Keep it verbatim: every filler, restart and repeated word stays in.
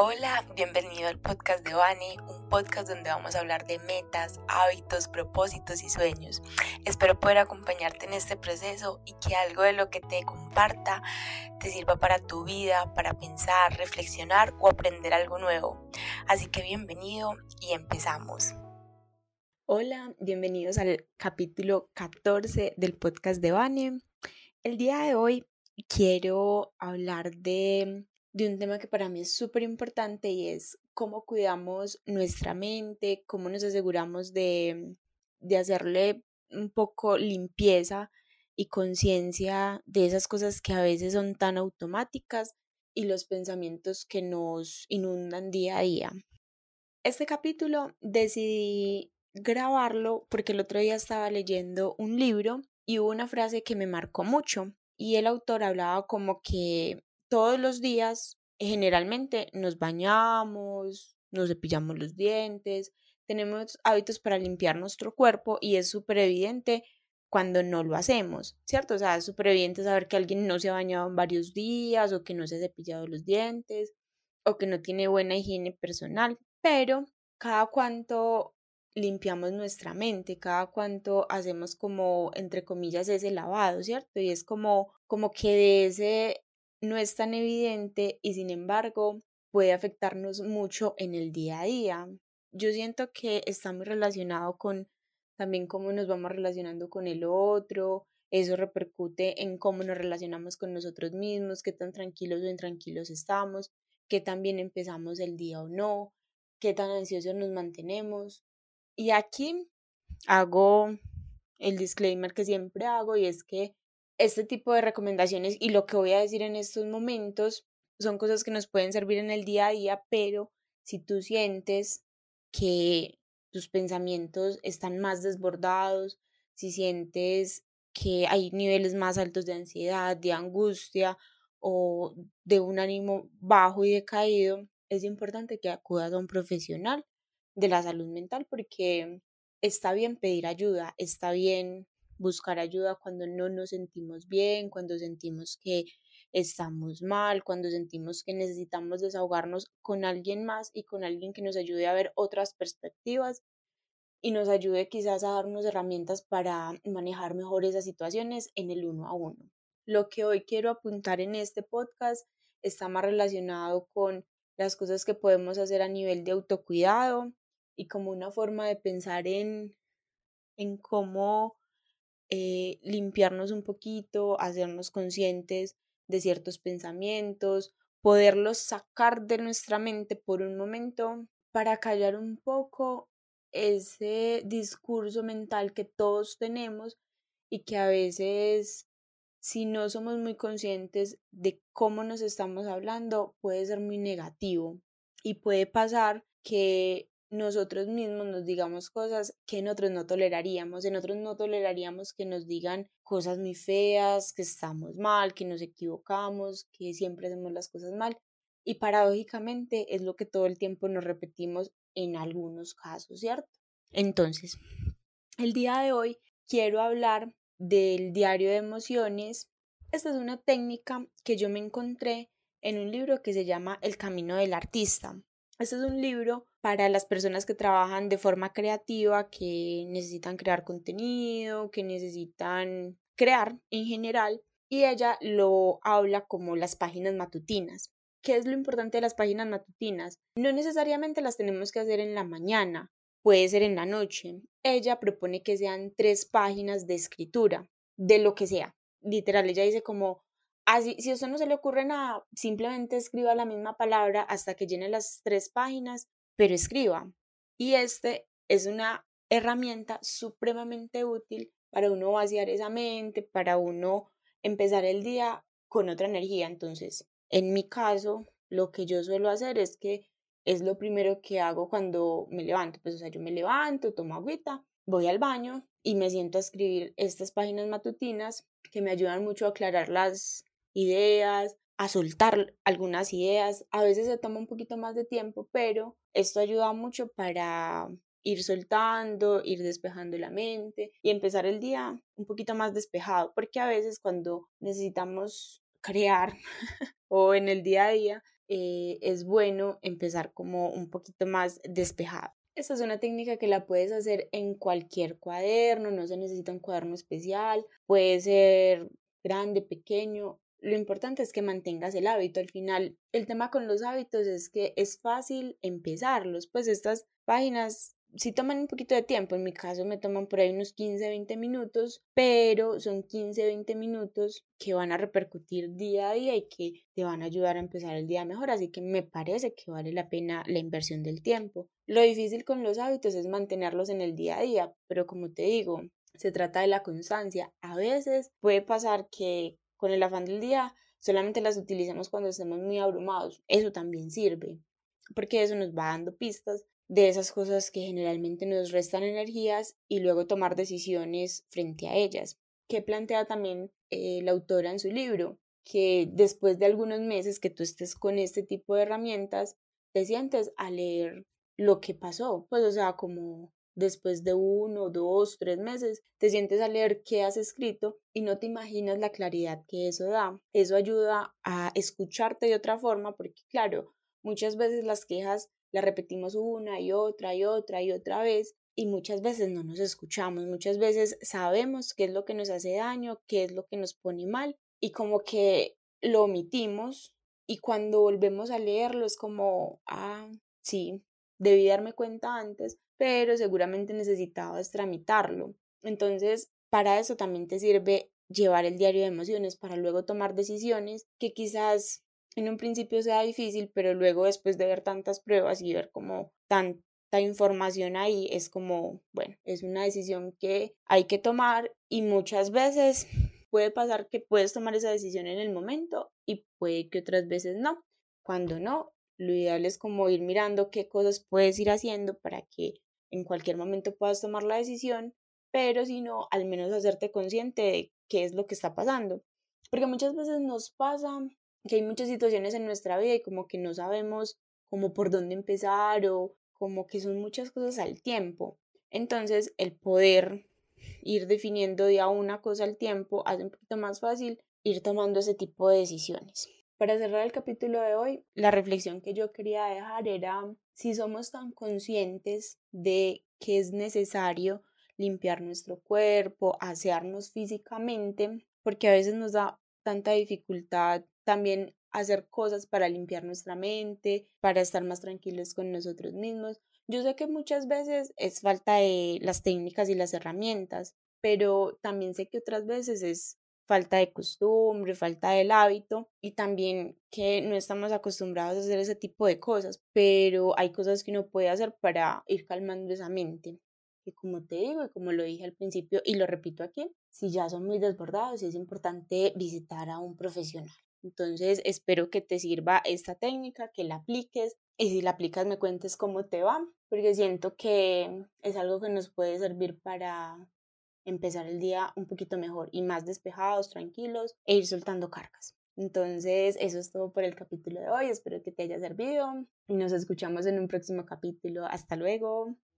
Hola, bienvenido al podcast de Vane, un podcast donde vamos a hablar de metas, hábitos, propósitos y sueños. Espero poder acompañarte en este proceso y que algo de lo que te comparta te sirva para tu vida, para pensar, reflexionar o aprender algo nuevo. Así que bienvenido y empezamos. Hola, bienvenidos al capítulo catorce del podcast de Vane. El día de hoy quiero hablar de... de un tema que para mí es súper importante y es cómo cuidamos nuestra mente, cómo nos aseguramos de, de hacerle un poco limpieza y conciencia de esas cosas que a veces son tan automáticas y los pensamientos que nos inundan día a día. Este capítulo decidí grabarlo porque el otro día estaba leyendo un libro y hubo una frase que me marcó mucho y el autor hablaba como que todos los días generalmente nos bañamos, nos cepillamos los dientes, tenemos hábitos para limpiar nuestro cuerpo y es súper evidente cuando no lo hacemos, ¿cierto? O sea, es súper evidente saber que alguien no se ha bañado en varios días o que no se ha cepillado los dientes o que no tiene buena higiene personal, pero cada cuanto limpiamos nuestra mente, cada cuanto hacemos como, entre comillas, ese lavado, ¿cierto? Y es como, como que de ese no es tan evidente y sin embargo puede afectarnos mucho en el día a día. Yo siento que está muy relacionado con también cómo nos vamos relacionando con el otro, eso repercute en cómo nos relacionamos con nosotros mismos, qué tan tranquilos o intranquilos estamos, qué tan bien empezamos el día o no, qué tan ansiosos nos mantenemos. Y aquí hago el disclaimer que siempre hago y es que este tipo de recomendaciones y lo que voy a decir en estos momentos son cosas que nos pueden servir en el día a día, pero si tú sientes que tus pensamientos están más desbordados, si sientes que hay niveles más altos de ansiedad, de angustia o de un ánimo bajo y decaído, es importante que acudas a un profesional de la salud mental porque está bien pedir ayuda, está bien buscar ayuda cuando no nos sentimos bien, cuando sentimos que estamos mal, cuando sentimos que necesitamos desahogarnos con alguien más y con alguien que nos ayude a ver otras perspectivas y nos ayude quizás a darnos herramientas para manejar mejor esas situaciones en el uno a uno. Lo que hoy quiero apuntar en este podcast está más relacionado con las cosas que podemos hacer a nivel de autocuidado y como una forma de pensar en, en cómo eh, limpiarnos un poquito, hacernos conscientes de ciertos pensamientos, poderlos sacar de nuestra mente por un momento para callar un poco ese discurso mental que todos tenemos y que a veces, si no somos muy conscientes de cómo nos estamos hablando, puede ser muy negativo y puede pasar que nosotros mismos nos digamos cosas que en otros no toleraríamos. En otros no toleraríamos que nos digan cosas muy feas, que estamos mal, que nos equivocamos, que siempre hacemos las cosas mal. Y paradójicamente es lo que todo el tiempo nos repetimos en algunos casos, ¿cierto? Entonces, el día de hoy quiero hablar del diario de emociones. Esta es una técnica que yo me encontré en un libro que se llama El camino del artista. Este es un libro para las personas que trabajan de forma creativa, que necesitan crear contenido, que necesitan crear en general, y ella lo habla como las páginas matutinas. ¿Qué es lo importante de las páginas matutinas? No necesariamente las tenemos que hacer en la mañana, puede ser en la noche. Ella propone que sean tres páginas de escritura, de lo que sea. Literal, ella dice como, así, si a usted no se le ocurre nada, simplemente escriba la misma palabra hasta que llene las tres páginas, pero escriba. Y este es una herramienta supremamente útil para uno vaciar esa mente, para uno empezar el día con otra energía. Entonces, en mi caso, lo que yo suelo hacer es que es lo primero que hago cuando me levanto. Pues, o sea, yo me levanto, tomo agüita, voy al baño y me siento a escribir estas páginas matutinas que me ayudan mucho a aclarar las ideas, a soltar algunas ideas. A veces se toma un poquito más de tiempo, pero esto ayuda mucho para ir soltando, ir despejando la mente y empezar el día un poquito más despejado, porque a veces cuando necesitamos crear o en el día a día eh, es bueno empezar como un poquito más despejado. Esta es una técnica que la puedes hacer en cualquier cuaderno, no se necesita un cuaderno especial, puede ser grande, pequeño. Lo importante es que mantengas el hábito. Al final, el tema con los hábitos es que es fácil empezarlos, pues estas páginas sí toman un poquito de tiempo, en mi caso me toman por ahí unos quince, veinte minutos, pero son quince, veinte minutos que van a repercutir día a día y que te van a ayudar a empezar el día mejor, así que me parece que vale la pena la inversión del tiempo. Lo difícil con los hábitos es mantenerlos en el día a día, pero como te digo, se trata de la constancia. A veces puede pasar que con el afán del día solamente las utilicemos cuando estemos muy abrumados, eso también sirve, porque eso nos va dando pistas de esas cosas que generalmente nos restan energías y luego tomar decisiones frente a ellas, que plantea también eh, la autora en su libro, que después de algunos meses que tú estés con este tipo de herramientas, te sientes a leer lo que pasó, pues o sea, como después de uno, dos, tres meses, te sientes a leer qué has escrito y no te imaginas la claridad que eso da. Eso ayuda a escucharte de otra forma porque, claro, muchas veces las quejas las repetimos una y otra y otra y otra vez y muchas veces no nos escuchamos, muchas veces sabemos qué es lo que nos hace daño, qué es lo que nos pone mal y como que lo omitimos y cuando volvemos a leerlo es como, ah, sí, debí darme cuenta antes, pero seguramente necesitabas tramitarlo. Entonces, para eso también te sirve llevar el diario de emociones para luego tomar decisiones que quizás en un principio sea difícil, pero luego después de ver tantas pruebas y ver como tanta información ahí, es como, bueno, es una decisión que hay que tomar y muchas veces puede pasar que puedes tomar esa decisión en el momento y puede que otras veces no. Cuando no, lo ideal es como ir mirando qué cosas puedes ir haciendo para que en cualquier momento puedas tomar la decisión, pero si no, al menos hacerte consciente de qué es lo que está pasando. Porque muchas veces nos pasa que hay muchas situaciones en nuestra vida y como que no sabemos cómo por dónde empezar o como que son muchas cosas al tiempo. Entonces, el poder ir definiendo de a una cosa al tiempo hace un poquito más fácil ir tomando ese tipo de decisiones. Para cerrar el capítulo de hoy, la reflexión que yo quería dejar era si somos tan conscientes de que es necesario limpiar nuestro cuerpo, asearnos físicamente, porque a veces nos da tanta dificultad también hacer cosas para limpiar nuestra mente, para estar más tranquilos con nosotros mismos. Yo sé que muchas veces es falta de las técnicas y las herramientas, pero también sé que otras veces es falta de costumbre, falta del hábito y también que no estamos acostumbrados a hacer ese tipo de cosas, pero hay cosas que uno puede hacer para ir calmando esa mente. Y como te digo y como lo dije al principio y lo repito aquí, si ya son muy desbordados es importante visitar a un profesional. Entonces espero que te sirva esta técnica, que la apliques y si la aplicas me cuentes cómo te va, porque siento que es algo que nos puede servir para empezar el día un poquito mejor y más despejados, tranquilos e ir soltando cargas. Entonces, eso es todo por el capítulo de hoy. Espero que te haya servido y nos escuchamos en un próximo capítulo. Hasta luego.